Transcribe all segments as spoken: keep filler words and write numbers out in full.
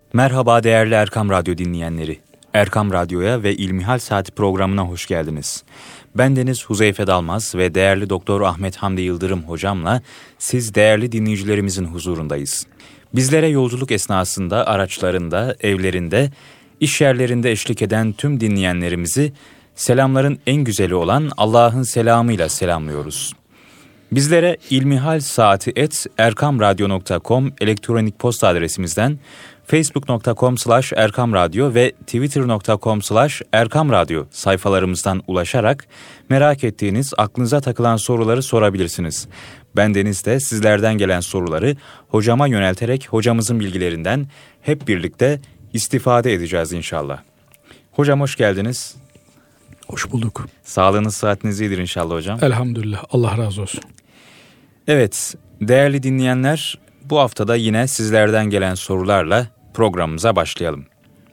Merhaba değerli Erkam Radyo dinleyenleri. Erkam Radyo'ya ve İlmihal Saati programına hoş geldiniz. Bendeniz Huzeyfe Dalmaz ve değerli Doktor Ahmet Hamdi Yıldırım hocamla siz değerli dinleyicilerimizin huzurundayız. Bizlere yolculuk esnasında, araçlarında, evlerinde, iş yerlerinde eşlik eden tüm dinleyenlerimizi selamların en güzeli olan Allah'ın selamıyla selamlıyoruz. Bizlere ilmihalsaati et erkamradyo nokta com elektronik posta adresimizden, facebook nokta com slash erkamradyo ve twitter nokta com slash erkamradyo sayfalarımızdan ulaşarak merak ettiğiniz, aklınıza takılan soruları sorabilirsiniz. Bendeniz de sizlerden gelen soruları hocama yönelterek hocamızın bilgilerinden hep birlikte istifade edeceğiz inşallah. Hocam hoş geldiniz. Hoş bulduk. Sağlığınız, sıhhatiniz iyidir inşallah hocam. Elhamdülillah. Allah razı olsun. Evet, değerli dinleyenler, bu haftada yine sizlerden gelen sorularla programımıza başlayalım.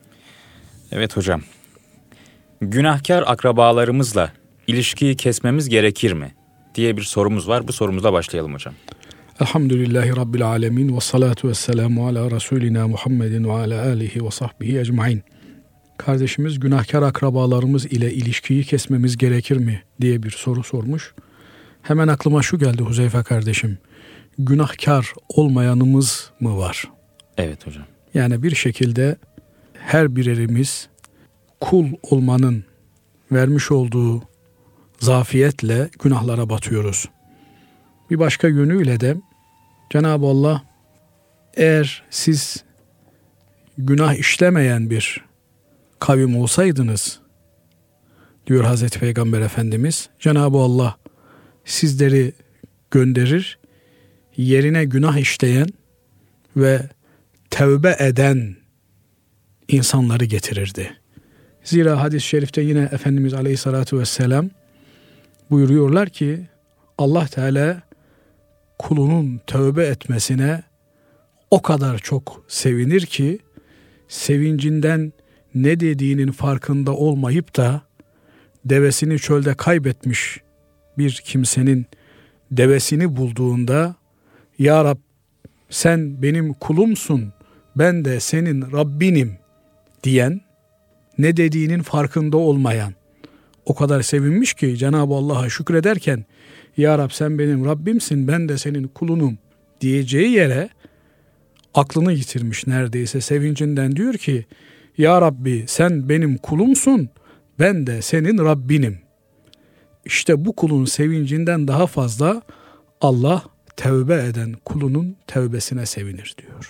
Evet hocam, günahkar akrabalarımızla ilişkiyi kesmemiz gerekir mi diye bir sorumuz var. Bu sorumuzla başlayalım hocam. Elhamdülillahi Rabbil alemin ve salatu ve selamu ala Resulina Muhammedin ve ala alihi ve sahbihi ecmain. Kardeşimiz günahkar akrabalarımız ile ilişkiyi kesmemiz gerekir mi diye bir soru sormuş. Hemen aklıma şu geldi Huzeyfe kardeşim. Günahkar olmayanımız mı var? Evet hocam. Yani bir şekilde her birerimiz kul olmanın vermiş olduğu zafiyetle günahlara batıyoruz. Bir başka yönüyle de Cenab-ı Allah eğer siz günah işlemeyen bir kavim olsaydınız diyor Hazreti Peygamber Efendimiz, Cenab-ı Allah sizleri gönderir, yerine günah işleyen ve tevbe eden insanları getirirdi. Zira hadis-i şerifte yine Efendimiz Aleyhisselatü Vesselam buyuruyorlar ki Allah Teala kulunun tövbe etmesine o kadar çok sevinir ki sevincinden ne dediğinin farkında olmayıp da devesini çölde kaybetmiş bir kimsenin devesini bulduğunda Ya Rab sen benim kulumsun, ben de senin Rabbinim diyen, ne dediğinin farkında olmayan o kadar sevinmiş ki Cenab-ı Allah'a şükrederken Ya Rab sen benim Rabbimsin, ben de senin kulunum diyeceği yere aklını yitirmiş neredeyse sevincinden, diyor ki Ya Rabbi sen benim kulumsun, ben de senin Rabbinim. İşte bu kulun sevincinden daha fazla Allah tevbe eden kulunun tevbesine sevinir diyor.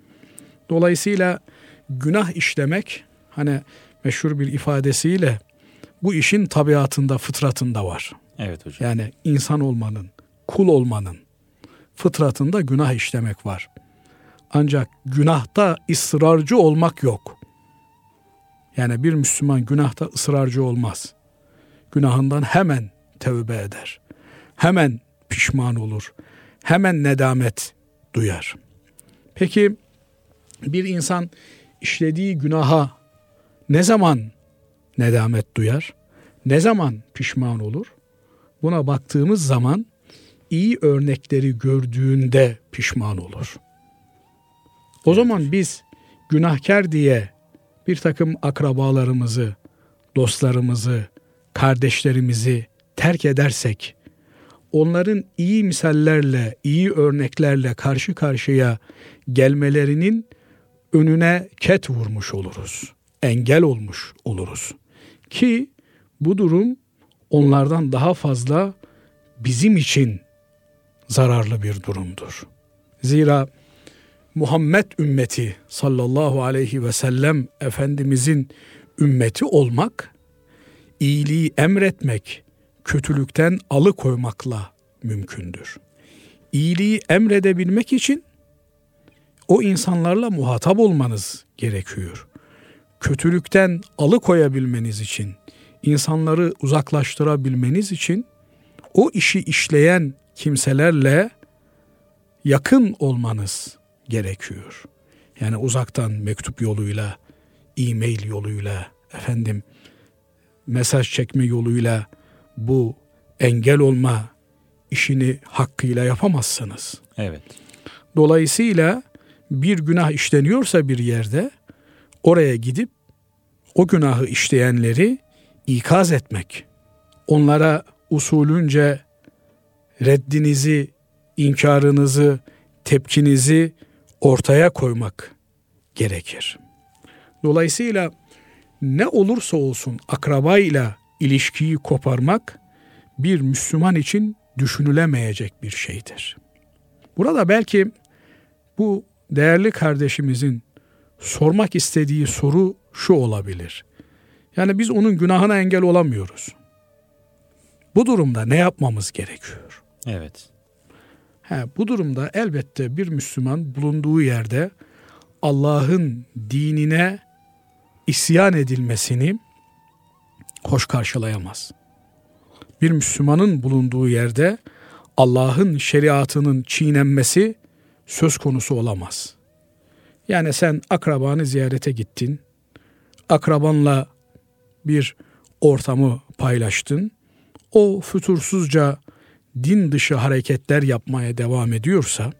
Dolayısıyla günah işlemek hani meşhur bir ifadesiyle bu işin tabiatında, fıtratında var. Evet hocam. Yani insan olmanın, kul olmanın fıtratında günah işlemek var. Ancak günahta ısrarcı olmak yok. Yani bir Müslüman günahta ısrarcı olmaz. Günahından hemen tevbe eder. Hemen pişman olur. Hemen nedamet duyar. Peki bir insan işlediği günaha ne zaman nedamet duyar? Ne zaman pişman olur? Buna baktığımız zaman iyi örnekleri gördüğünde pişman olur. O zaman biz günahkar diye bir takım akrabalarımızı, dostlarımızı, kardeşlerimizi terk edersek, onların iyi misallerle, iyi örneklerle karşı karşıya gelmelerinin önüne ket vurmuş oluruz. Engel olmuş oluruz. Ki bu durum onlardan daha fazla bizim için zararlı bir durumdur. Zira Muhammed ümmeti sallallahu aleyhi ve sellem Efendimizin ümmeti olmak, iyiliği emretmek, kötülükten alıkoymakla mümkündür. İyiliği emredebilmek için o insanlarla muhatap olmanız gerekiyor. Kötülükten alıkoyabilmeniz için, insanları uzaklaştırabilmeniz için o işi işleyen kimselerle yakın olmanız gerekiyor. Yani uzaktan mektup yoluyla, e-mail yoluyla, efendim mesaj çekme yoluyla bu engel olma işini hakkıyla yapamazsınız. Evet. Dolayısıyla bir günah işleniyorsa bir yerde, oraya gidip o günahı işleyenleri ikaz etmek, onlara usulünce reddinizi, inkarınızı, tepkinizi ortaya koymak gerekir. Dolayısıyla ne olursa olsun akrabayla ilişkiyi koparmak bir Müslüman için düşünülemeyecek bir şeydir. Burada belki bu değerli kardeşimizin sormak istediği soru şu olabilir. Yani biz onun günahına engel olamıyoruz. Bu durumda ne yapmamız gerekiyor? Evet. He, bu durumda elbette bir Müslüman bulunduğu yerde Allah'ın dinine isyan edilmesini hoş karşılayamaz. Bir Müslümanın bulunduğu yerde Allah'ın şeriatının çiğnenmesi söz konusu olamaz. Yani sen akrabanı ziyarete gittin, akrabanla bir ortamı paylaştın, o fütursuzca din dışı hareketler yapmaya devam ediyorsa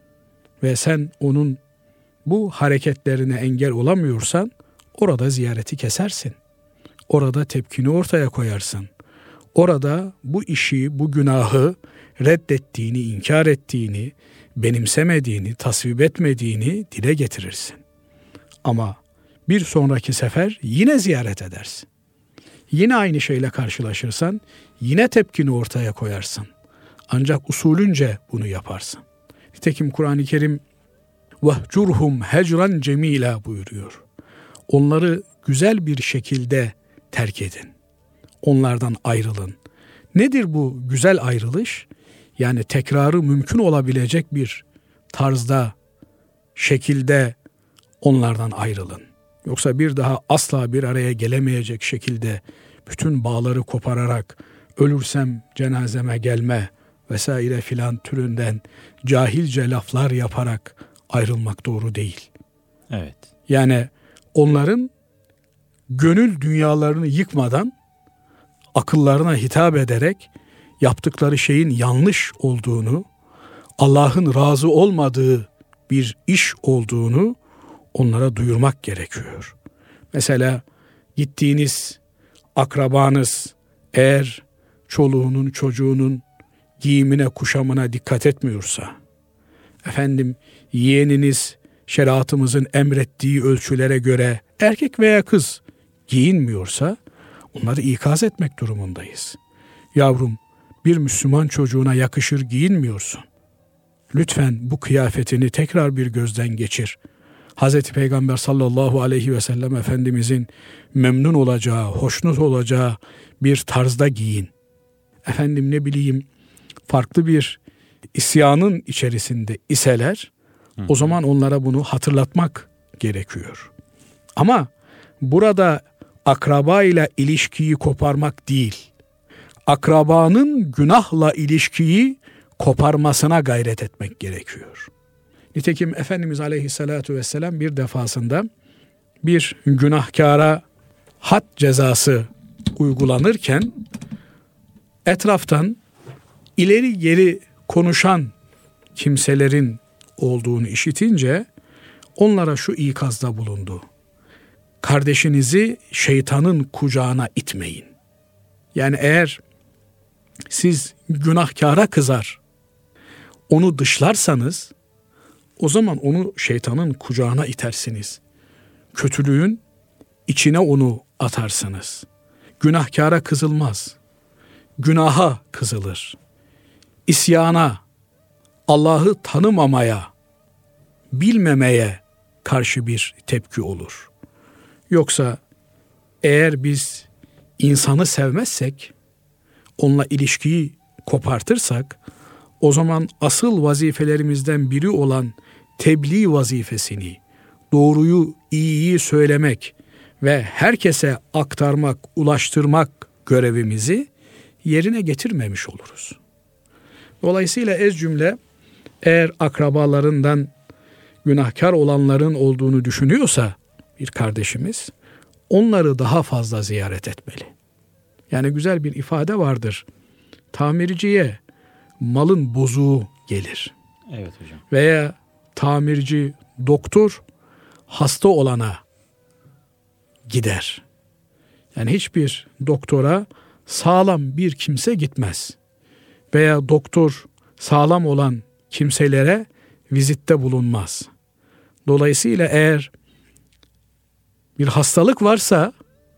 ve sen onun bu hareketlerine engel olamıyorsan orada ziyareti kesersin. Orada tepkini ortaya koyarsın. Orada bu işi, bu günahı reddettiğini, inkar ettiğini, benimsemediğini, tasvip etmediğini dile getirirsin. Ama bir sonraki sefer yine ziyaret edersin. Yine aynı şeyle karşılaşırsan yine tepkini ortaya koyarsın. Ancak usulünce bunu yaparsın. Nitekim Kur'an-ı Kerim vahcurhum hecran cemila buyuruyor. Onları güzel bir şekilde terk edin. Onlardan ayrılın. Nedir bu güzel ayrılış? Yani tekrarı mümkün olabilecek bir tarzda, şekilde onlardan ayrılın. Yoksa bir daha asla bir araya gelemeyecek şekilde bütün bağları kopararak ölürsem cenazeme gelme vesaire filan türünden cahilce laflar yaparak ayrılmak doğru değil. Evet. Yani onların gönül dünyalarını yıkmadan akıllarına hitap ederek yaptıkları şeyin yanlış olduğunu, Allah'ın razı olmadığı bir iş olduğunu onlara duyurmak gerekiyor. Mesela gittiğiniz akrabanız eğer çoluğunun çocuğunun giyimine kuşamına dikkat etmiyorsa, efendim yeğeniniz şeriatımızın emrettiği ölçülere göre erkek veya kız giyinmiyorsa onları ikaz etmek durumundayız. Yavrum, bir Müslüman çocuğuna yakışır giyinmiyorsun. Lütfen bu kıyafetini tekrar bir gözden geçir. Hazreti Peygamber sallallahu aleyhi ve sellem Efendimizin memnun olacağı, hoşnut olacağı bir tarzda giyin. Efendim ne bileyim farklı bir isyanın içerisinde iseler, Hı. o zaman onlara bunu hatırlatmak gerekiyor. Ama burada akraba ile ilişkiyi koparmak değil, akrabanın günahla ilişkiyi koparmasına gayret etmek gerekiyor. Nitekim Efendimiz Aleyhisselatü Vesselam bir defasında bir günahkara had cezası uygulanırken etraftan ileri geri konuşan kimselerin olduğunu işitince onlara şu ikazda bulundu. Kardeşinizi şeytanın kucağına itmeyin. Yani eğer siz günahkara kızar, onu dışlarsanız o zaman onu şeytanın kucağına itersiniz. Kötülüğün içine onu atarsınız. Günahkara kızılmaz. Günaha kızılır. İsyana, Allah'ı tanımamaya, bilmemeye karşı bir tepki olur. Yoksa eğer biz insanı sevmezsek, onunla ilişkiyi kopartırsak, o zaman asıl vazifelerimizden biri olan tebliğ vazifesini, doğruyu, iyiyi söylemek ve herkese aktarmak, ulaştırmak görevimizi yerine getirmemiş oluruz. Dolayısıyla ez cümle eğer akrabalarından günahkar olanların olduğunu düşünüyorsa bir kardeşimiz, onları daha fazla ziyaret etmeli. Yani güzel bir ifade vardır. Tamirciye malın bozuğu gelir. Evet hocam. Veya tamirci doktor hasta olana gider. Yani hiçbir doktora sağlam bir kimse gitmez. Veya doktor sağlam olan kimselere vizitte bulunmaz. Dolayısıyla eğer bir hastalık varsa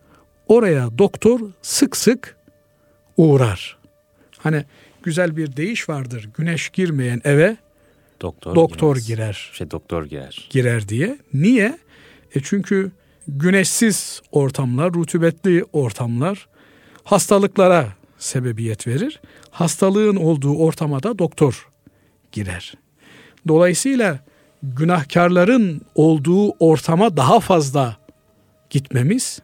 oraya doktor sık sık uğrar. Hani güzel bir deyiş vardır. Güneş girmeyen eve doktor, doktor girer. Şey doktor girer. Girer diye. Niye? E çünkü güneşsiz ortamlar, rutubetli ortamlar hastalıklara sebebiyet verir. Hastalığın olduğu ortama da doktor girer. Dolayısıyla günahkarların olduğu ortama daha fazla gitmemiz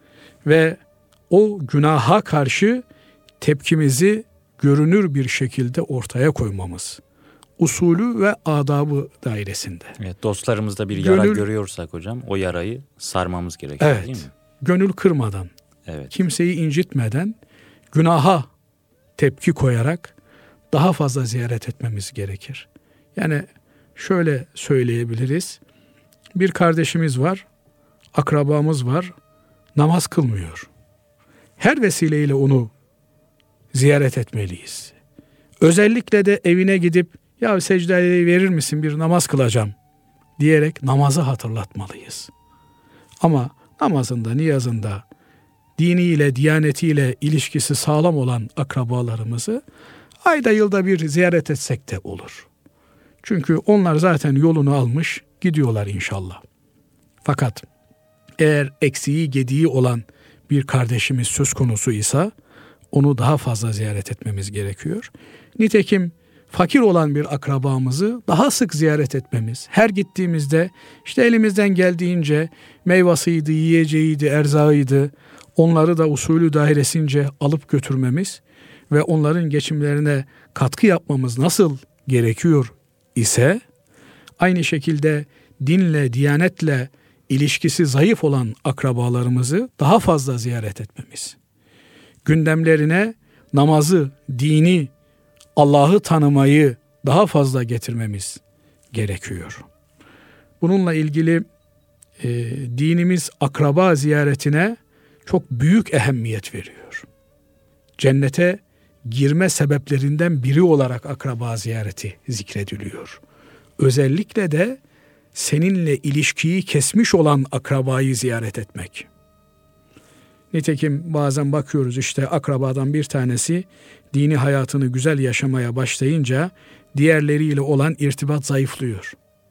ve o günaha karşı tepkimizi görünür bir şekilde ortaya koymamız. Usulü ve adabı dairesinde. Evet, dostlarımızda bir yara Gönül, görüyorsak hocam o yarayı sarmamız gerekiyor, evet, değil mi? Gönül kırmadan, evet, kimseyi incitmeden, günaha tepki koyarak daha fazla ziyaret etmemiz gerekir. Yani şöyle söyleyebiliriz. Bir kardeşimiz var, akrabamız var, namaz kılmıyor. Her vesileyle onu ziyaret etmeliyiz. Özellikle de evine gidip ya secdeyi verir misin, bir namaz kılacağım diyerek namazı hatırlatmalıyız. Ama namazında, niyazında, diniyle, diyanetiyle ilişkisi sağlam olan akrabalarımızı ayda yılda bir ziyaret etsek de olur. Çünkü onlar zaten yolunu almış gidiyorlar inşallah. Fakat eğer eksiği gediği olan bir kardeşimiz söz konusu ise onu daha fazla ziyaret etmemiz gerekiyor. Nitekim fakir olan bir akrabamızı daha sık ziyaret etmemiz, her gittiğimizde işte elimizden geldiğince meyvasıydı, yiyeceğiydi, erzağıydı, onları da usulü dairesince alıp götürmemiz ve onların geçimlerine katkı yapmamız nasıl gerekiyor ise, aynı şekilde dinle, diyanetle ilişkisi zayıf olan akrabalarımızı daha fazla ziyaret etmemiz, gündemlerine namazı, dini, Allah'ı tanımayı daha fazla getirmemiz gerekiyor. Bununla ilgili e, dinimiz akraba ziyaretine çok büyük ehemmiyet veriyor. Cennete girme sebeplerinden biri olarak akraba ziyareti zikrediliyor. Özellikle de seninle ilişkiyi kesmiş olan akrabayı ziyaret etmek. Nitekim bazen bakıyoruz işte akrabadan bir tanesi dini hayatını güzel yaşamaya başlayınca diğerleriyle olan irtibat zayıflıyor.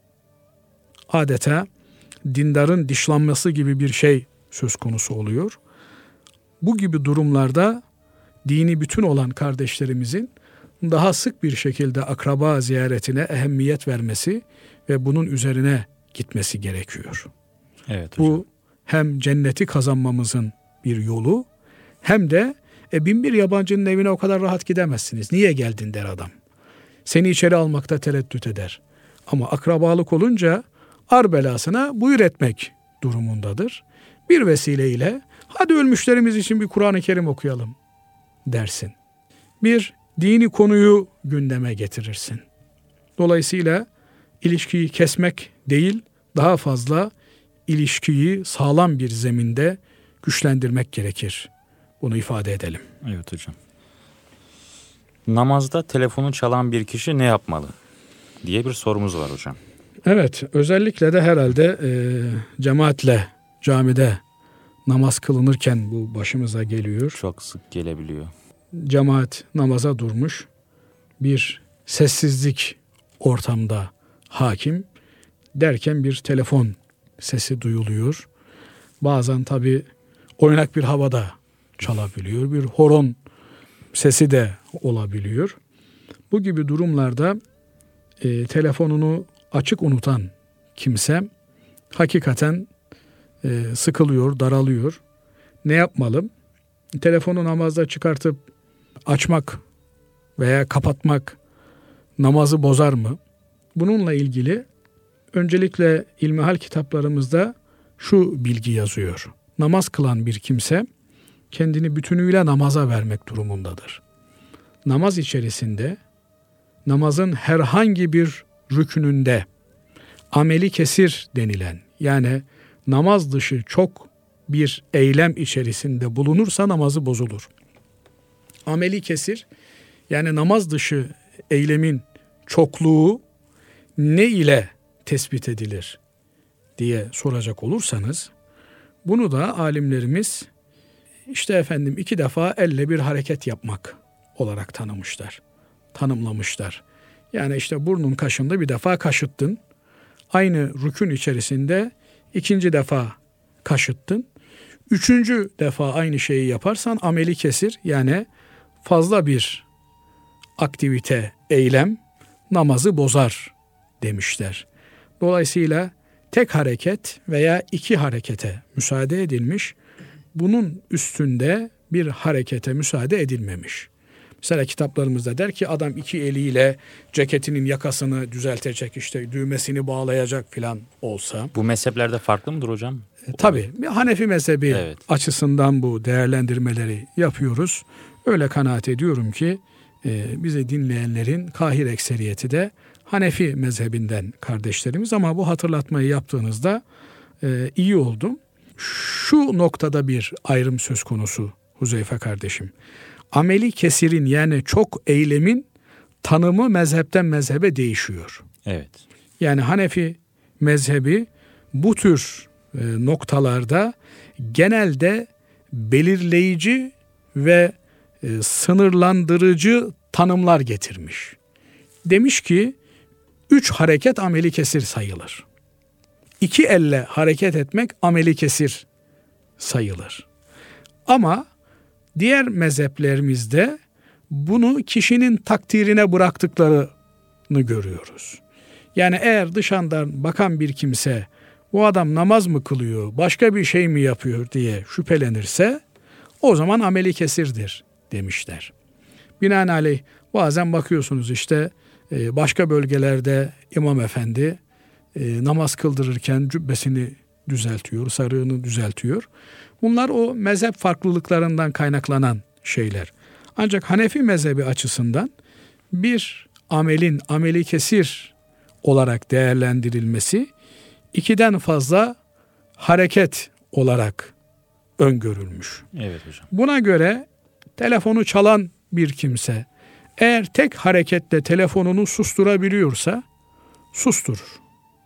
Adeta dindarın dışlanması gibi bir şey söz konusu oluyor. Bu gibi durumlarda dini bütün olan kardeşlerimizin daha sık bir şekilde akraba ziyaretine ehemmiyet vermesi ve bunun üzerine gitmesi gerekiyor. Evet hocam. Bu hem cenneti kazanmamızın bir yolu, hem de e, bin bir yabancının evine o kadar rahat gidemezsiniz. Niye geldin der adam. Seni içeri almakta tereddüt eder. Ama akrabalık olunca ar belasına buyur etmek durumundadır. Bir vesileyle hadi ölmüşlerimiz için bir Kur'an-ı Kerim okuyalım dersin. Bir dini konuyu gündeme getirirsin. Dolayısıyla ilişkiyi kesmek değil, daha fazla ilişkiyi sağlam bir zeminde güçlendirmek gerekir. Bunu ifade edelim. Evet hocam. Namazda telefonu çalan bir kişi ne yapmalı diye bir sorumuz var hocam. Evet, özellikle de herhalde e, cemaatle camide namaz kılınırken bu başımıza geliyor. Çok sık gelebiliyor. Cemaat namaza durmuş, bir sessizlik ortamda hakim derken bir telefon sesi duyuluyor. Bazen tabii oynak bir havada çalabiliyor, bir horon sesi de olabiliyor. Bu gibi durumlarda e, telefonunu açık unutan kimse hakikaten e, sıkılıyor, daralıyor. Ne yapmalı? Telefonu namazda çıkartıp açmak veya kapatmak namazı bozar mı? Bununla ilgili öncelikle ilmihal kitaplarımızda şu bilgi yazıyor. Namaz kılan bir kimse kendini bütünüyle namaza vermek durumundadır. Namaz içerisinde namazın herhangi bir rükününde ameli kesir denilen, yani namaz dışı çok bir eylem içerisinde bulunursa namazı bozulur. Ameli kesir, yani namaz dışı eylemin çokluğu ne ile tespit edilir diye soracak olursanız, bunu da alimlerimiz işte efendim iki defa elle bir hareket yapmak olarak tanımışlar, tanımlamışlar. Yani işte burnun kaşında bir defa kaşıttın, aynı rükün içerisinde ikinci defa kaşıttın, üçüncü defa aynı şeyi yaparsan ameli kesir, yani fazla bir aktivite, eylem namazı bozar demişler. Dolayısıyla tek hareket veya iki harekete müsaade edilmiş, bunun üstünde bir harekete müsaade edilmemiş. Mesela kitaplarımızda der ki adam iki eliyle ceketinin yakasını düzeltecek, işte düğmesini bağlayacak filan olsa. Bu mezheplerde farklı mıdır hocam? E, tabii Hanefi mezhebi evet. açısından bu değerlendirmeleri yapıyoruz. Öyle kanaat ediyorum ki e, bizi dinleyenlerin kahir ekseriyeti de Hanefi mezhebinden kardeşlerimiz, ama bu hatırlatmayı yaptığınızda e, iyi oldum. Şu noktada bir ayrım söz konusu Huzeyfe kardeşim. Ameli kesirin, yani çok eylemin tanımı mezhepten mezhebe değişiyor. Evet. Yani Hanefi mezhebi bu tür e, noktalarda genelde belirleyici ve e, sınırlandırıcı tanımlar getirmiş. Demiş ki üç hareket ameli kesir sayılır. İki elle hareket etmek ameli kesir sayılır. Ama diğer mezheplerimizde bunu kişinin takdirine bıraktıklarını görüyoruz. Yani eğer dışarıdan bakan bir kimse bu adam namaz mı kılıyor, başka bir şey mi yapıyor diye şüphelenirse o zaman ameli kesirdir demişler. Binaenaleyh bazen bakıyorsunuz işte başka bölgelerde imam efendi namaz kıldırırken cübbesini düzeltiyor, sarığını düzeltiyor. Bunlar o mezhep farklılıklarından kaynaklanan şeyler. Ancak Hanefi mezhebi açısından bir amelin ameli kesir olarak değerlendirilmesi ikiden fazla hareket olarak öngörülmüş. Evet hocam. Buna göre telefonu çalan bir kimse eğer tek hareketle telefonunu susturabiliyorsa susturur.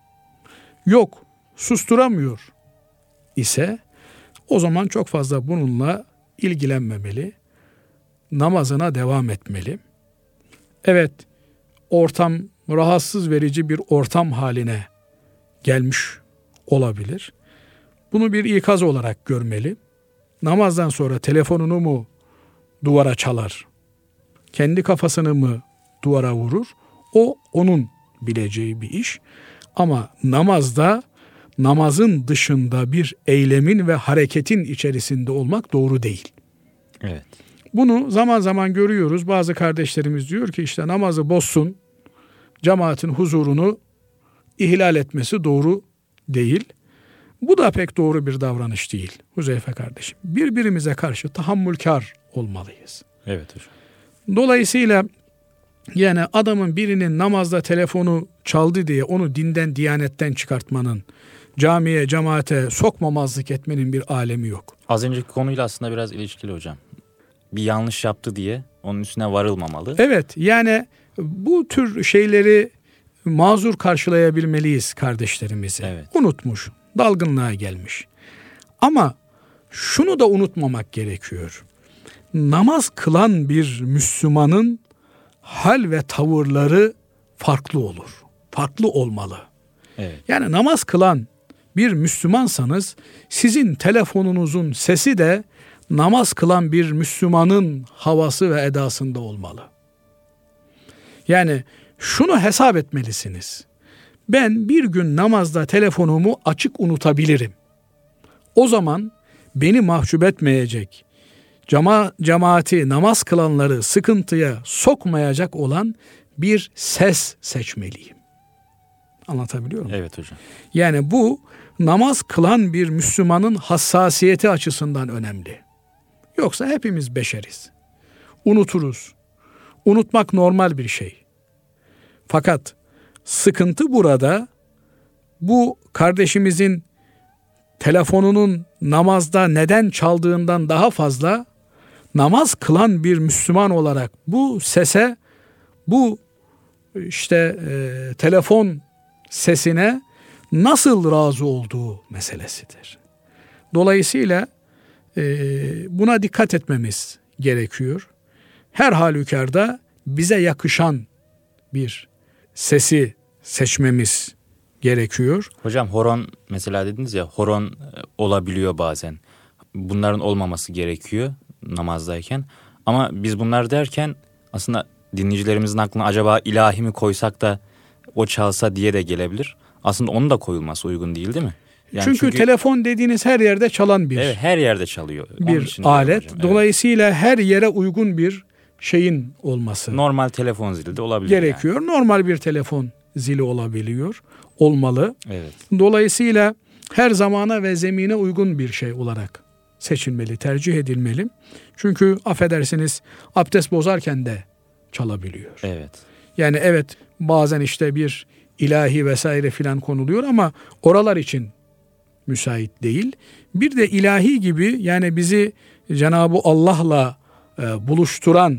Yok, susturamıyor ise o zaman çok fazla bununla ilgilenmemeli, namazına devam etmeli. Evet, ortam rahatsız verici bir ortam haline gelmiş olabilir. Bunu bir ikaz olarak görmeli. Namazdan sonra telefonunu mu duvara çalar, kendi kafasını mı duvara vurur? O onun bileceği bir iş. Ama namazda, namazın dışında bir eylemin ve hareketin içerisinde olmak doğru değil. Evet. Bunu zaman zaman görüyoruz. Bazı kardeşlerimiz diyor ki işte namazı bozsun, cemaatin huzurunu ihlal etmesi doğru değil. Bu da pek doğru bir davranış değil Huzeyfe kardeşim. Birbirimize karşı tahammülkar olmalıyız. Evet hocam. Dolayısıyla yani adamın birinin namazda telefonu çaldı diye onu dinden, diyanetten çıkartmanın, camiye, cemaate sokmamazlık etmenin bir alemi yok. Az önceki konuyla aslında biraz ilişkili hocam. Bir yanlış yaptı diye onun üstüne varılmamalı. Evet, yani bu tür şeyleri mazur karşılayabilmeliyiz kardeşlerimizi. Evet. Unutmuş, dalgınlığa gelmiş. Ama şunu da unutmamak gerekiyor. Namaz kılan bir Müslümanın hal ve tavırları farklı olur. Farklı olmalı. Evet. Yani namaz kılan bir Müslümansanız sizin telefonunuzun sesi de namaz kılan bir Müslümanın havası ve edasında olmalı. Yani şunu hesap etmelisiniz. Ben bir gün namazda telefonumu açık unutabilirim. O zaman beni mahcup etmeyecek, cema cemaati, namaz kılanları sıkıntıya sokmayacak olan bir ses seçmeliyim. Anlatabiliyor muyum? Evet hocam. Yani bu namaz kılan bir Müslümanın hassasiyeti açısından önemli. Yoksa hepimiz beşeriz. Unuturuz. Unutmak normal bir şey. Fakat sıkıntı burada bu kardeşimizin telefonunun namazda neden çaldığından daha fazla namaz kılan bir Müslüman olarak bu sese, bu işte e, telefon sesine nasıl razı olduğu meselesidir. Dolayısıyla e, buna dikkat etmemiz gerekiyor. Her halükarda bize yakışan bir sesi seçmemiz gerekiyor. Hocam horon mesela dediniz ya, horon olabiliyor bazen. Bunların olmaması gerekiyor namazdayken. Ama biz bunlar derken aslında dinleyicilerimizin aklına acaba ilahi mi koysak da o çalsa diye de gelebilir. Aslında onun da koyulması uygun değil, değil mi? Yani çünkü, çünkü telefon dediğiniz her yerde çalan bir evet, her yerde çalıyor. Bir alet. Hocam, dolayısıyla evet. her yere uygun bir şeyin olması. Normal telefon zili de olabilir. Gerekiyor. Yani. Normal bir telefon zili olabiliyor. Olmalı. Evet. Dolayısıyla her zamana ve zemine uygun bir şey olarak seçilmeli, tercih edilmeli. Çünkü affedersiniz abdest bozarken de çalabiliyor. Evet. Yani evet bazen işte bir ilahi vesaire filan konuluyor ama oralar için müsait değil. Bir de ilahi gibi yani bizi Cenab-ı Allah'la e, buluşturan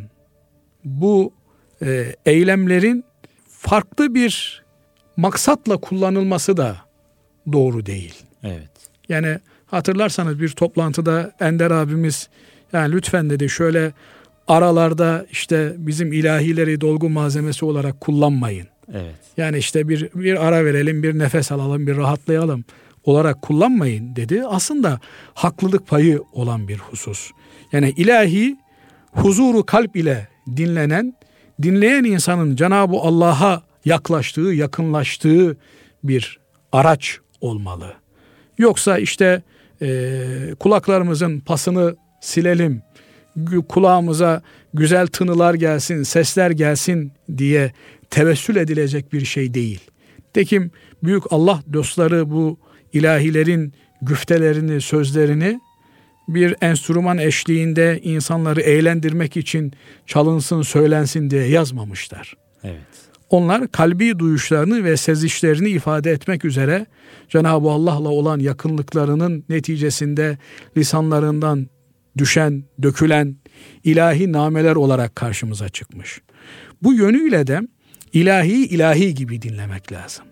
bu e, eylemlerin farklı bir maksatla kullanılması da doğru değil. Evet. Yani hatırlarsanız bir toplantıda Ender abimiz yani lütfen dedi şöyle aralarda işte bizim ilahileri dolgu malzemesi olarak kullanmayın. Evet. Yani işte bir bir ara verelim, bir nefes alalım, bir rahatlayalım olarak kullanmayın dedi. Aslında haklılık payı olan bir husus. Yani ilahi huzuru kalp ile dinlenen, dinleyen insanın Cenab-ı Allah'a yaklaştığı, yakınlaştığı bir araç olmalı. Yoksa işte e, kulaklarımızın pasını silelim, kulağımıza güzel tınılar gelsin, sesler gelsin diye tevessül edilecek bir şey değil. Tekim büyük Allah dostları bu ilahilerin güftelerini, sözlerini bir enstrüman eşliğinde insanları eğlendirmek için çalınsın, söylensin diye yazmamışlar. Evet. Onlar kalbi duyuşlarını ve sezişlerini ifade etmek üzere Cenab-ı Allah'la olan yakınlıklarının neticesinde lisanlarından düşen, dökülen ilahi nameler olarak karşımıza çıkmış. Bu yönüyle de ilahi ilahi gibi dinlemek lazım.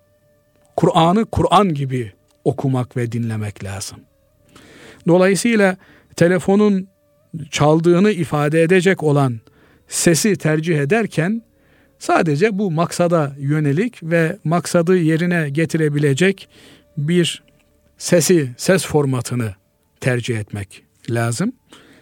Kur'an'ı Kur'an gibi okumak ve dinlemek lazım. Dolayısıyla telefonun çaldığını ifade edecek olan sesi tercih ederken sadece bu maksada yönelik ve maksadı yerine getirebilecek bir sesi, ses formatını tercih etmek lazım.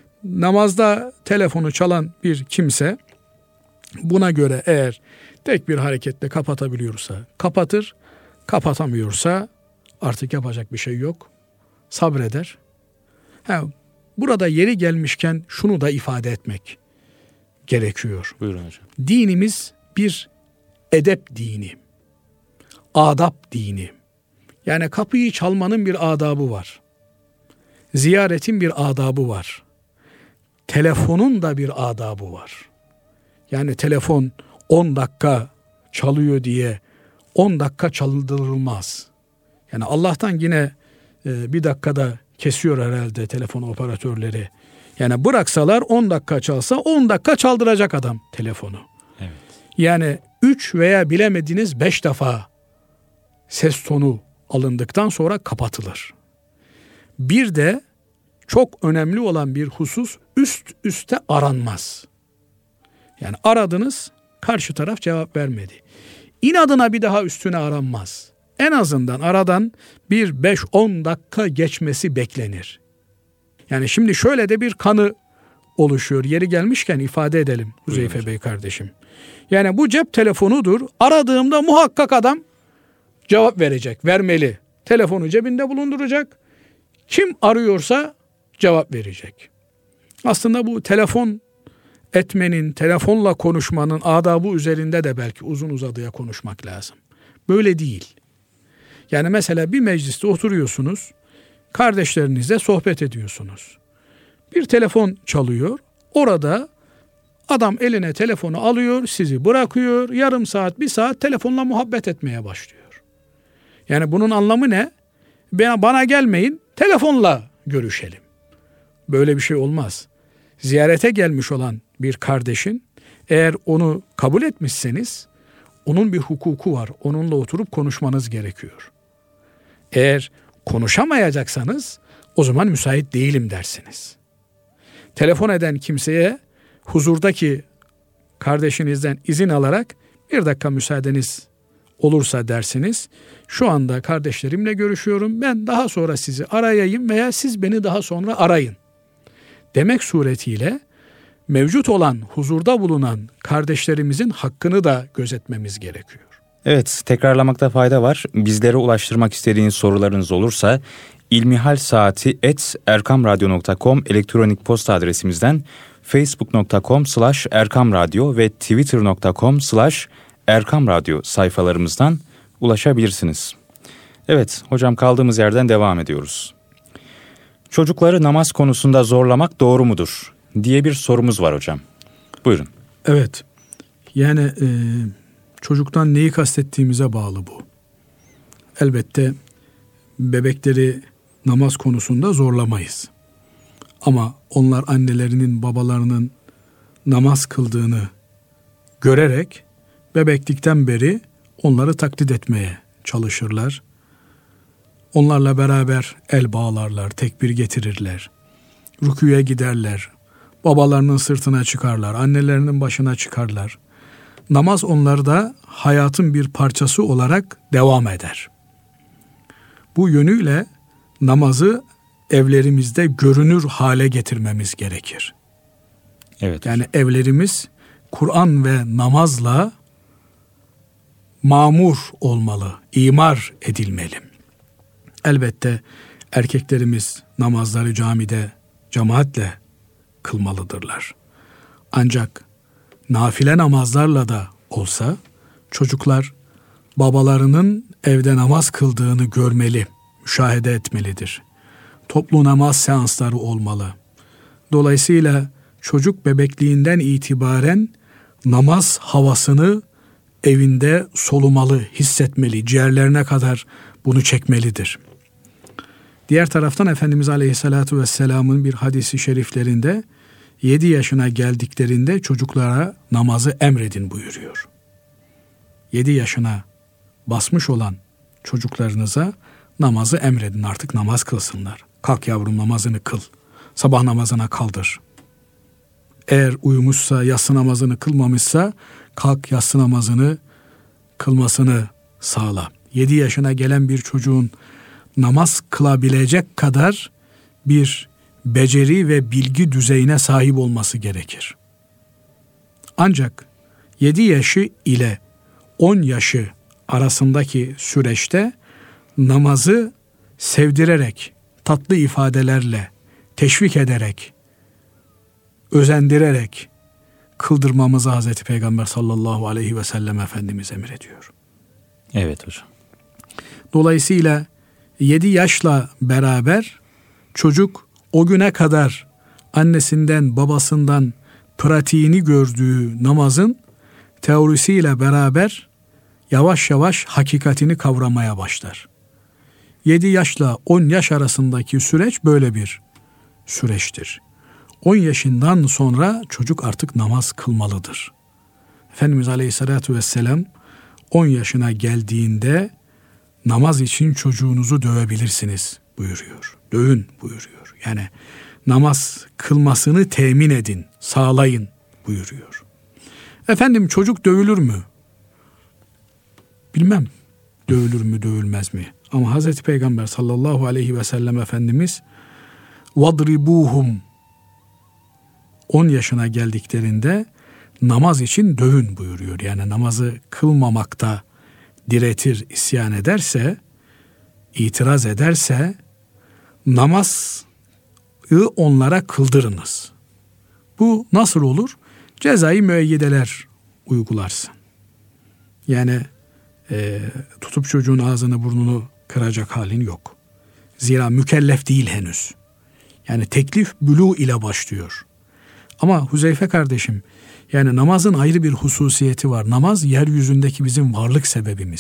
Namazda telefonu çalan bir kimse buna göre eğer tek bir hareketle kapatabiliyorsa kapatır, kapatamıyorsa artık yapacak bir şey yok. Sabreder. Ha, burada yeri gelmişken şunu da ifade etmek gerekiyor. Buyurun hocam. Dinimiz bir edep dini. Adap dini. Yani kapıyı çalmanın bir adabı var. Ziyaretin bir adabı var. Telefonun da bir adabı var. Yani telefon on dakika çalıyor diye on dakika çaldırılmaz. Yani Allah'tan yine e, bir dakikada kesiyor herhalde telefon operatörleri. Yani bıraksalar on dakika çalsa on dakika çaldıracak adam telefonu. Evet. Yani üç veya bilemediniz beş defa ses tonu alındıktan sonra kapatılır. Bir de çok önemli olan bir husus üst üste aranmaz. Yani aradınız, karşı taraf cevap vermedi. İnadına bir daha üstüne aranmaz. En azından aradan bir beş on dakika geçmesi beklenir. Yani şimdi şöyle de bir kanı oluşuyor. Yeri gelmişken ifade edelim Huzeyfe Bey kardeşim. Yani bu cep telefonudur. Aradığımda muhakkak adam cevap verecek, vermeli. Telefonu cebinde bulunduracak. Kim arıyorsa cevap verecek. Aslında bu telefon etmenin, telefonla konuşmanın adabı üzerinde de belki uzun uzadıya konuşmak lazım. Böyle değil. Yani mesela bir mecliste oturuyorsunuz, kardeşlerinizle sohbet ediyorsunuz. Bir telefon çalıyor, orada adam eline telefonu alıyor, sizi bırakıyor, yarım saat, bir saat telefonla muhabbet etmeye başlıyor. Yani bunun anlamı ne? Bana gelmeyin, telefonla görüşelim. Böyle bir şey olmaz. Ziyarete gelmiş olan bir kardeşin, eğer onu kabul etmişseniz, onun bir hukuku var. Onunla oturup konuşmanız gerekiyor. Eğer konuşamayacaksanız, o zaman müsait değilim dersiniz. Telefon eden kimseye huzurdaki kardeşinizden izin alarak bir dakika müsaadeniz olursa dersiniz. Şu anda kardeşlerimle görüşüyorum. Ben daha sonra sizi arayayım veya siz beni daha sonra arayın demek suretiyle mevcut olan, huzurda bulunan kardeşlerimizin hakkını da gözetmemiz gerekiyor. Evet, tekrarlamakta fayda var. Bizlere ulaştırmak istediğiniz sorularınız olursa ilmihalsaati et erkamradyo nokta com elektronik posta adresimizden, facebook nokta com slash erkamradyo ve twitter nokta com slash erkamradyo sayfalarımızdan ulaşabilirsiniz. Evet hocam, kaldığımız yerden devam ediyoruz. Çocukları namaz konusunda zorlamak doğru mudur diye bir sorumuz var hocam. Buyurun. Evet, yani e, çocuktan neyi kastettiğimize bağlı bu. Elbette bebekleri namaz konusunda zorlamayız. Ama onlar annelerinin, babalarının namaz kıldığını görerek bebeklikten beri onları taklit etmeye çalışırlar. Onlarla beraber el bağlarlar, tekbir getirirler. Rükûya giderler. Babalarının sırtına çıkarlar, annelerinin başına çıkarlar. Namaz onlarda hayatın bir parçası olarak devam eder. Bu yönüyle namazı evlerimizde görünür hale getirmemiz gerekir. Evet. Yani evlerimiz Kur'an ve namazla mamur olmalı, imar edilmeli. Elbette erkeklerimiz namazları camide cemaatle kılmalıdırlar. Ancak nafile namazlarla da olsa çocuklar babalarının evde namaz kıldığını görmeli, müşahede etmelidir. Toplu namaz seansları olmalı. Dolayısıyla çocuk bebekliğinden itibaren namaz havasını evinde solumalı, hissetmeli, ciğerlerine kadar bunu çekmelidir. Diğer taraftan Efendimiz Aleyhisselatü Vesselam'ın bir hadisi şeriflerinde yedi yaşına geldiklerinde çocuklara namazı emredin buyuruyor. yedi yaşına basmış olan çocuklarınıza namazı emredin, artık namaz kılsınlar. Kalk yavrum, namazını kıl. Sabah namazına kaldır. Eğer uyumuşsa, yatsı namazını kılmamışsa kalk yatsı namazını kılmasını sağla. yedi yaşına gelen bir çocuğun namaz kılabilecek kadar bir beceri ve bilgi düzeyine sahip olması gerekir. Ancak yedi yaşı ile on yaşı arasındaki süreçte namazı sevdirerek, tatlı ifadelerle, teşvik ederek, özendirerek kıldırmamızı Hazreti Peygamber sallallahu aleyhi ve sellem Efendimiz emrediyor. Evet hocam. Dolayısıyla yedi yaşla beraber çocuk o güne kadar annesinden, babasından pratiğini gördüğü namazın teorisiyle beraber yavaş yavaş hakikatini kavramaya başlar. yedi yaşla on yaş arasındaki süreç böyle bir süreçtir. on yaşından sonra çocuk artık namaz kılmalıdır. Efendimiz Aleyhisselatü Vesselam on yaşına geldiğinde namaz için çocuğunuzu dövebilirsiniz buyuruyor. Dövün buyuruyor. Yani namaz kılmasını temin edin, sağlayın buyuruyor. Efendim çocuk dövülür mü? Bilmem dövülür mü dövülmez mi? Ama Hazreti Peygamber sallallahu aleyhi ve sellem Efendimiz vadribuhum on yaşına geldiklerinde namaz için dövün buyuruyor. Yani namazı kılmamakta diretir, isyan ederse, itiraz ederse namazı onlara kıldırınız. Bu nasıl olur? Cezai müeyyideler uygularsın. Yani e, tutup çocuğun ağzını burnunu kıracak halin yok. Zira mükellef değil henüz. Yani teklif bülû ile başlıyor. Ama Huzeyfe kardeşim, yani namazın ayrı bir hususiyeti var. Namaz yeryüzündeki bizim varlık sebebimiz.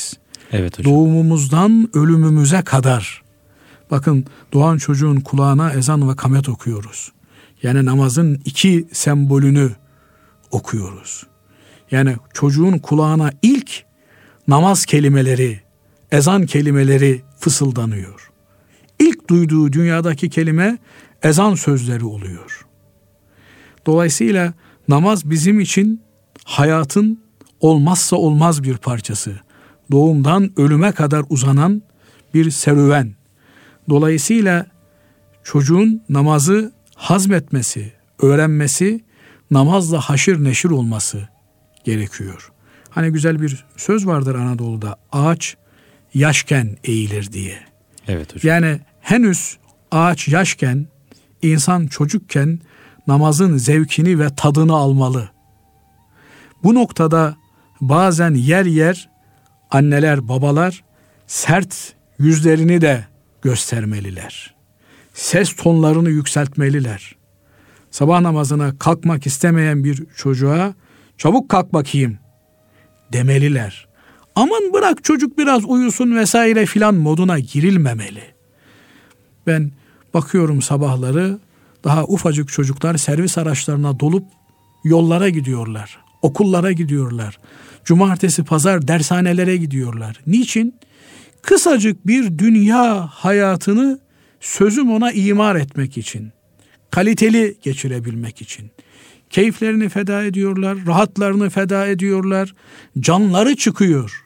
Evet hocam. Doğumumuzdan ölümümüze kadar. Bakın, doğan çocuğun kulağına ezan ve kamet okuyoruz. Yani namazın iki sembolünü okuyoruz. Yani çocuğun kulağına ilk namaz kelimeleri, ezan kelimeleri fısıldanıyor. İlk duyduğu dünyadaki kelime ezan sözleri oluyor. Dolayısıyla namaz bizim için hayatın olmazsa olmaz bir parçası. Doğumdan ölüme kadar uzanan bir serüven. Dolayısıyla çocuğun namazı hazmetmesi, öğrenmesi, namazla haşır neşir olması gerekiyor. Hani güzel bir söz vardır Anadolu'da, ağaç yaşken eğilir diye. Evet hocam. Yani henüz ağaç yaşken, insan çocukken namazın zevkini ve tadını almalı. Bu noktada bazen yer yer anneler, babalar sert yüzlerini de göstermeliler. Ses tonlarını yükseltmeliler. Sabah namazına kalkmak istemeyen bir çocuğa çabuk kalk bakayım demeliler. Aman bırak çocuk biraz uyusun vesaire filan moduna girilmemeli. Ben bakıyorum sabahları daha ufacık çocuklar servis araçlarına dolup yollara gidiyorlar. Okullara gidiyorlar. Cumartesi, pazar dershanelere gidiyorlar. Niçin? Kısacık bir dünya hayatını sözüm ona imar etmek için. Kaliteli geçirebilmek için. Keyiflerini feda ediyorlar, rahatlarını feda ediyorlar. Canları çıkıyor.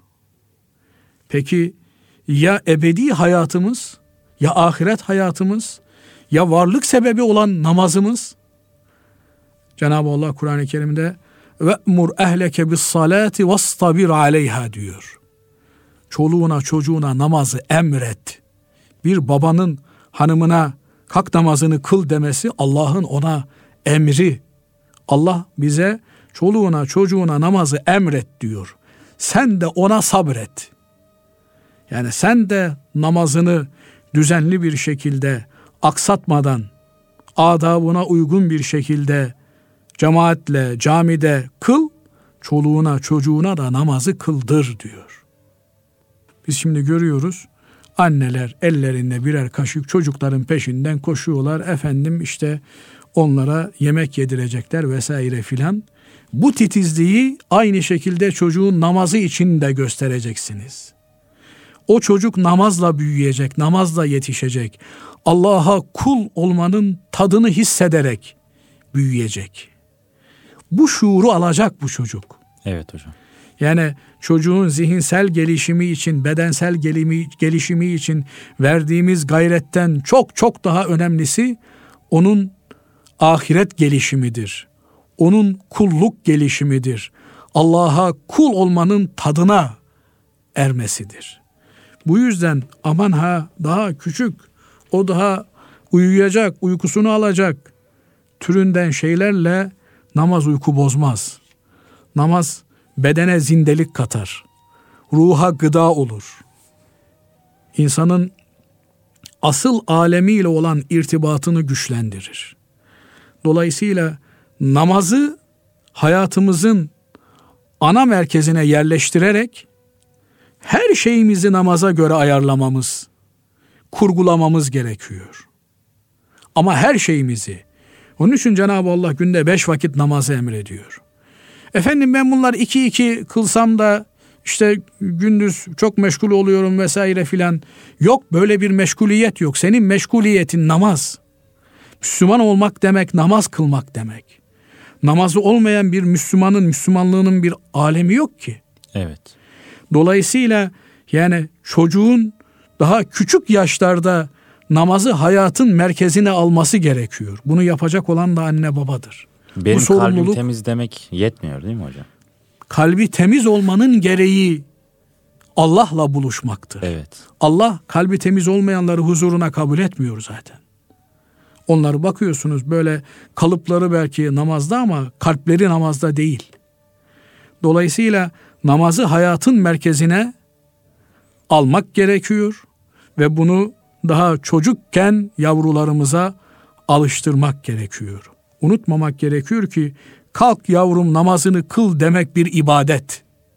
Peki ya ebedi hayatımız, ya ahiret hayatımız, ya varlık sebebi olan namazımız? Cenab-ı Allah Kur'an-ı Kerim'de ve'mur ehleke bis salati vastabir aleyha diyor. Çoluğuna çocuğuna namazı emret. Bir babanın hanımına kalk namazını kıl demesi Allah'ın ona emri. Allah bize çoluğuna çocuğuna namazı emret diyor. Sen de ona sabret. Yani sen de namazını düzenli bir şekilde aksatmadan, adabına uygun bir şekilde cemaatle camide kıl, çoluğuna çocuğuna da namazı kıldır diyor. Biz şimdi görüyoruz, anneler ellerinde birer kaşık çocukların peşinden koşuyorlar. Efendim işte onlara yemek yedirecekler vesaire filan. Bu titizliği aynı şekilde çocuğun namazı için de göstereceksiniz. O çocuk namazla büyüyecek, namazla yetişecek. Allah'a kul olmanın tadını hissederek büyüyecek. Bu şuuru alacak bu çocuk. Evet hocam. Yani çocuğun zihinsel gelişimi için, bedensel gelimi, gelişimi için verdiğimiz gayretten çok çok daha önemlisi onun ahiret gelişimidir. Onun kulluk gelişimidir. Allah'a kul olmanın tadına ermesidir. Bu yüzden aman ha daha küçük, o daha uyuyacak, uykusunu alacak türünden şeylerle namaz uyku bozmaz. Namaz bedene zindelik katar. Ruha gıda olur. İnsanın asıl alemiyle olan irtibatını güçlendirir. Dolayısıyla namazı hayatımızın ana merkezine yerleştirerek her şeyimizi namaza göre ayarlamamız, kurgulamamız gerekiyor. Ama her şeyimizi. Onun için Cenab-ı Allah günde beş vakit namazı emrediyor. Efendim ben bunlar iki iki kılsam da işte gündüz çok meşgul oluyorum vesaire filan. Yok, böyle bir meşguliyet yok. Senin meşguliyetin namaz. Müslüman olmak demek namaz kılmak demek. Namazı olmayan bir Müslümanın, Müslümanlığının bir alemi yok ki. Evet. Dolayısıyla yani çocuğun daha küçük yaşlarda namazı hayatın merkezine alması gerekiyor. Bunu yapacak olan da anne babadır. Benim Bu sorumluluk, kalbim temiz demek yetmiyor değil mi hocam? Kalbi temiz olmanın gereği Allah'la buluşmaktır. Evet. Allah kalbi temiz olmayanları huzuruna kabul etmiyor zaten. Onları bakıyorsunuz böyle kalıpları belki namazda ama kalpleri namazda değil. Dolayısıyla namazı hayatın merkezine almak gerekiyor ve bunu daha çocukken yavrularımıza alıştırmak gerekiyor. Unutmamak gerekiyor ki kalk yavrum namazını kıl demek bir ibadet.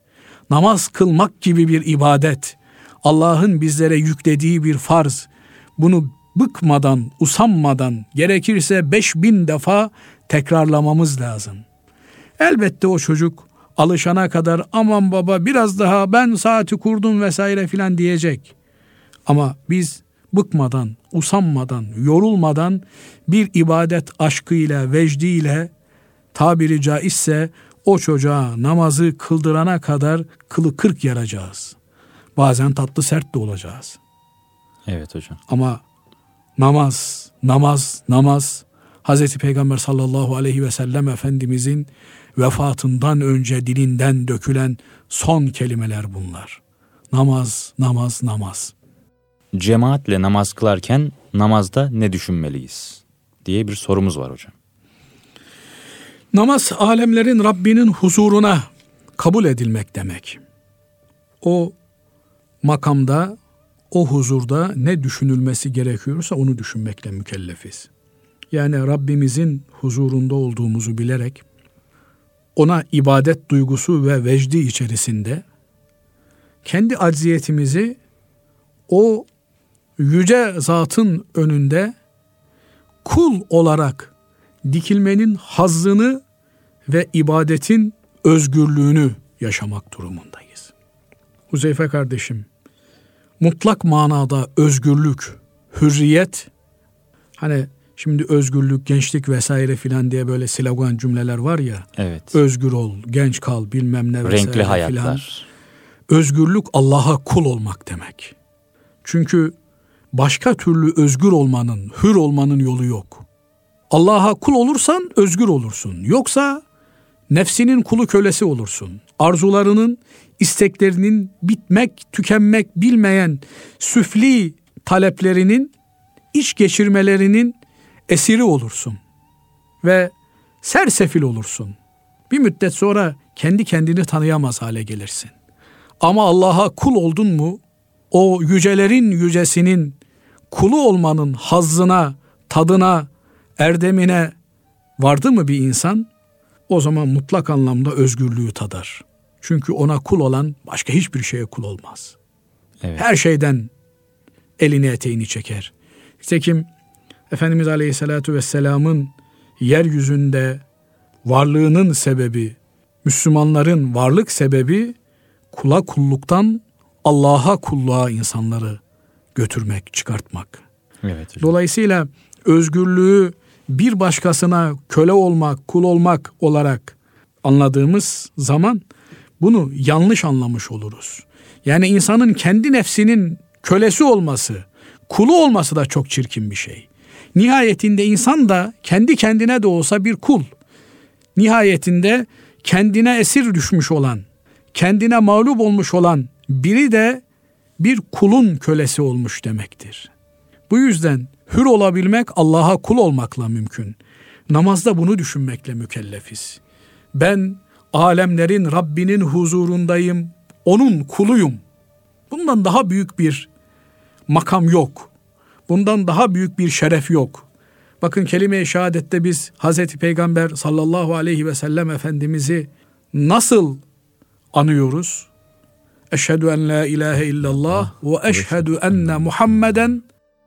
namaz kılmak gibi bir ibadet, Allah'ın bizlere yüklediği bir farz. Bunu bıkmadan, usanmadan, gerekirse beş bin defa tekrarlamamız lazım. Elbette o çocuk alışana kadar aman baba biraz daha ben saati kurdum vesaire filan diyecek. Ama biz bıkmadan, usanmadan, yorulmadan bir ibadet aşkıyla, vecdiyle, tabiri caizse o çocuğa namazı kıldırana kadar kılı kırk yaracağız. Bazen tatlı sert de olacağız. Evet hocam. Ama namaz, namaz, namaz, Hazreti Peygamber sallallahu aleyhi ve sellem Efendimizin vefatından önce dilinden dökülen son kelimeler bunlar. Namaz, namaz, namaz. Cemaatle namaz kılarken namazda ne düşünmeliyiz diye bir sorumuz var hocam. Namaz alemlerin Rabbinin huzuruna kabul edilmek demek. O makamda, o huzurda ne düşünülmesi gerekiyorsa onu düşünmekle mükellefiz. Yani Rabbimizin huzurunda olduğumuzu bilerek ona ibadet duygusu ve vecdi içerisinde kendi acziyetimizi o yüce zatın önünde kul olarak dikilmenin hazzını ve ibadetin özgürlüğünü yaşamak durumundayız. Huzeyfe kardeşim, mutlak manada özgürlük, hürriyet, hani şimdi özgürlük, gençlik vesaire filan diye böyle slogan cümleler var ya. Evet. Özgür ol, genç kal, bilmem ne vesaire renkli hayatlar. Filan. Özgürlük Allah'a kul olmak demek. Çünkü başka türlü özgür olmanın, hür olmanın yolu yok. Allah'a kul olursan özgür olursun. Yoksa nefsinin kulu kölesi olursun. Arzularının, isteklerinin bitmek, tükenmek bilmeyen süfli taleplerinin, iç geçirmelerinin esiri olursun. Ve sersefil olursun. Bir müddet sonra kendi kendini tanıyamaz hale gelirsin. Ama Allah'a kul oldun mu, o yücelerin yücesinin kulu olmanın hazzına, tadına, erdemine vardı mı bir insan, o zaman mutlak anlamda özgürlüğü tadar. Çünkü ona kul olan başka hiçbir şeye kul olmaz. Evet. Her şeyden elini eteğini çeker. Nitekim Efendimiz Aleyhisselatü Vesselam'ın yeryüzünde varlığının sebebi, Müslümanların varlık sebebi kula kulluktan Allah'a kulluğa insanları götürmek, çıkartmak. Evet hocam. Dolayısıyla özgürlüğü bir başkasına köle olmak, kul olmak olarak anladığımız zaman bunu yanlış anlamış oluruz. Yani insanın kendi nefsinin kölesi olması, kulu olması da çok çirkin bir şey. Nihayetinde insan da kendi kendine de olsa bir kul. Nihayetinde kendine esir düşmüş olan, kendine mağlup olmuş olan biri de bir kulun kölesi olmuş demektir. Bu yüzden hür olabilmek Allah'a kul olmakla mümkün. Namazda bunu düşünmekle mükellefiz. Ben alemlerin Rabbinin huzurundayım, onun kuluyum. Bundan daha büyük bir makam yok. Bundan daha büyük bir şeref yok. Bakın kelime-i şehadette biz Hazreti Peygamber sallallahu aleyhi ve sellem Efendimiz'i nasıl anıyoruz? Eşhedü en la ilahe illallah ve eşhedü enne Muhammeden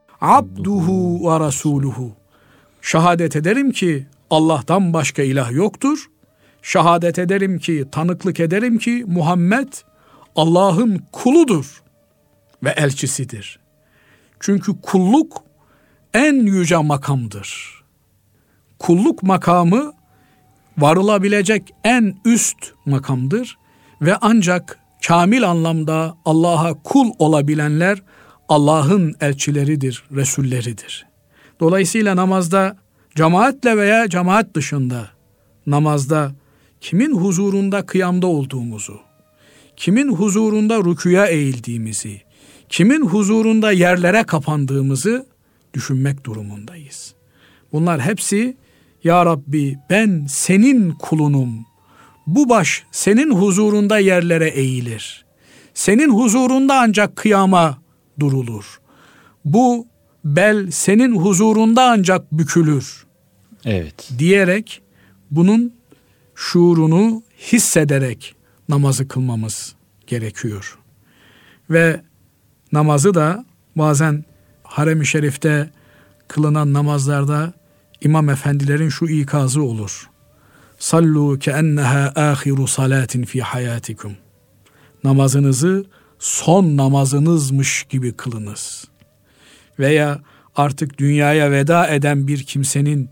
abduhu ve rasuluhu. Şehadet ederim ki Allah'tan başka ilah yoktur. Şehadet ederim ki, tanıklık ederim ki Muhammed Allah'ın kuludur ve elçisidir. Çünkü kulluk en yüce makamdır. Kulluk makamı varılabilecek en üst makamdır ve ancak kamil anlamda Allah'a kul olabilenler Allah'ın elçileridir, resulleridir. Dolayısıyla namazda cemaatle veya cemaat dışında namazda kimin huzurunda kıyamda olduğumuzu, kimin huzurunda rükûya eğildiğimizi, kimin huzurunda yerlere kapandığımızı düşünmek durumundayız. Bunlar hepsi Ya Rabbi ben senin kulunum. Bu baş senin huzurunda yerlere eğilir. Senin huzurunda ancak kıyama durulur. Bu bel senin huzurunda ancak bükülür. Evet. Diyerek bunun şuurunu hissederek namazı kılmamız gerekiyor. Ve namazı da bazen harem-i şerifte kılınan namazlarda imam efendilerin şu ikazı olur. Sallu keenneha ahiru salatin fi hayatikum. Namazınızı son namazınızmış gibi kılınız. Veya artık dünyaya veda eden bir kimsenin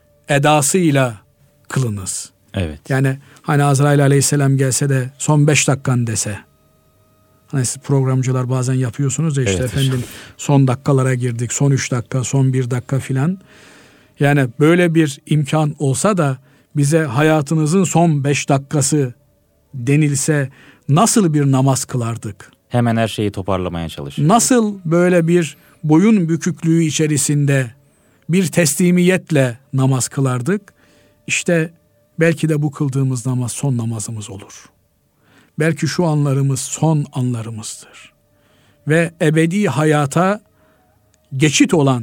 edasıyla kılınız. Evet. Yani hani Azrail aleyhisselam gelse de son beş dakikan dese. Hani siz programcılar bazen yapıyorsunuz ya işte evet, efendim hocam. Son dakikalara girdik, son üç dakika, son bir dakika filan. Yani böyle bir imkan olsa da bize hayatınızın son beş dakikası denilse nasıl bir namaz kılardık? Hemen her şeyi toparlamaya çalışıyor. Nasıl böyle bir boyun büküklüğü içerisinde bir teslimiyetle namaz kılardık? İşte belki de bu kıldığımız namaz son namazımız olur. Belki şu anlarımız son anlarımızdır. Ve ebedi hayata geçit olan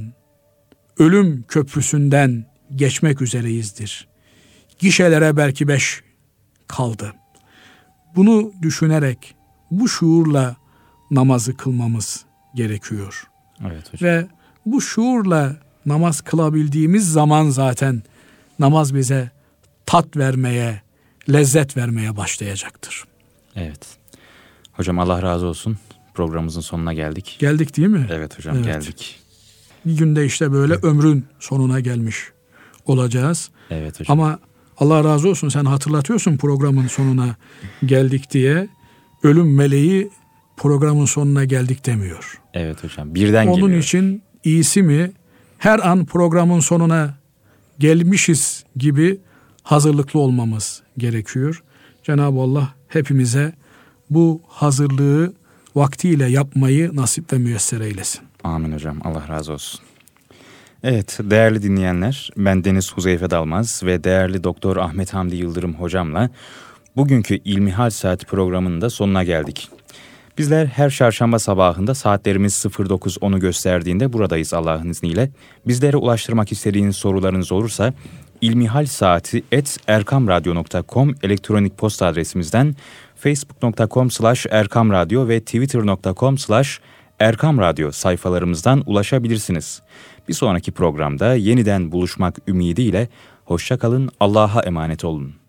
ölüm köprüsünden geçmek üzereyizdir. Gişelere belki beş kaldı. Bunu düşünerek bu şuurla namazı kılmamız gerekiyor. Evet hocam. Ve bu şuurla namaz kılabildiğimiz zaman zaten namaz bize tat vermeye, lezzet vermeye başlayacaktır. Evet. Hocam Allah razı olsun. Programımızın sonuna geldik. Geldik değil mi? Evet hocam Evet. geldik. Bir günde işte böyle ömrün sonuna gelmiş olacağız. Evet hocam. Ama Allah razı olsun sen hatırlatıyorsun programın sonuna geldik diye. Ölüm meleği programın sonuna geldik demiyor. Evet hocam. Birden Onun geliyor. için iyisi mi her an programın sonuna gelmişiz gibi hazırlıklı olmamız gerekiyor. Cenab-ı Allah hepimize bu hazırlığı vaktiyle yapmayı nasip ve müyesser eylesin. Amin hocam. Allah razı olsun. Evet değerli dinleyenler, ben Deniz Huzeyfe Dalmaz ve değerli Doktor Ahmet Hamdi Yıldırım hocamla bugünkü İlmihal Saati programının da sonuna geldik. Bizler her çarşamba sabahında saatlerimiz sıfır dokuz onu gösterdiğinde buradayız Allah'ın izniyle. Bizlere ulaştırmak istediğiniz sorularınız olursa ilmihalsaati et erkamradyo nokta com elektronik posta adresimizden, facebook nokta com slash erkamradyo ve twitter nokta com slash erkamradyo sayfalarımızdan ulaşabilirsiniz. Bir sonraki programda yeniden buluşmak ümidiyle hoşça kalın, Allah'a emanet olun.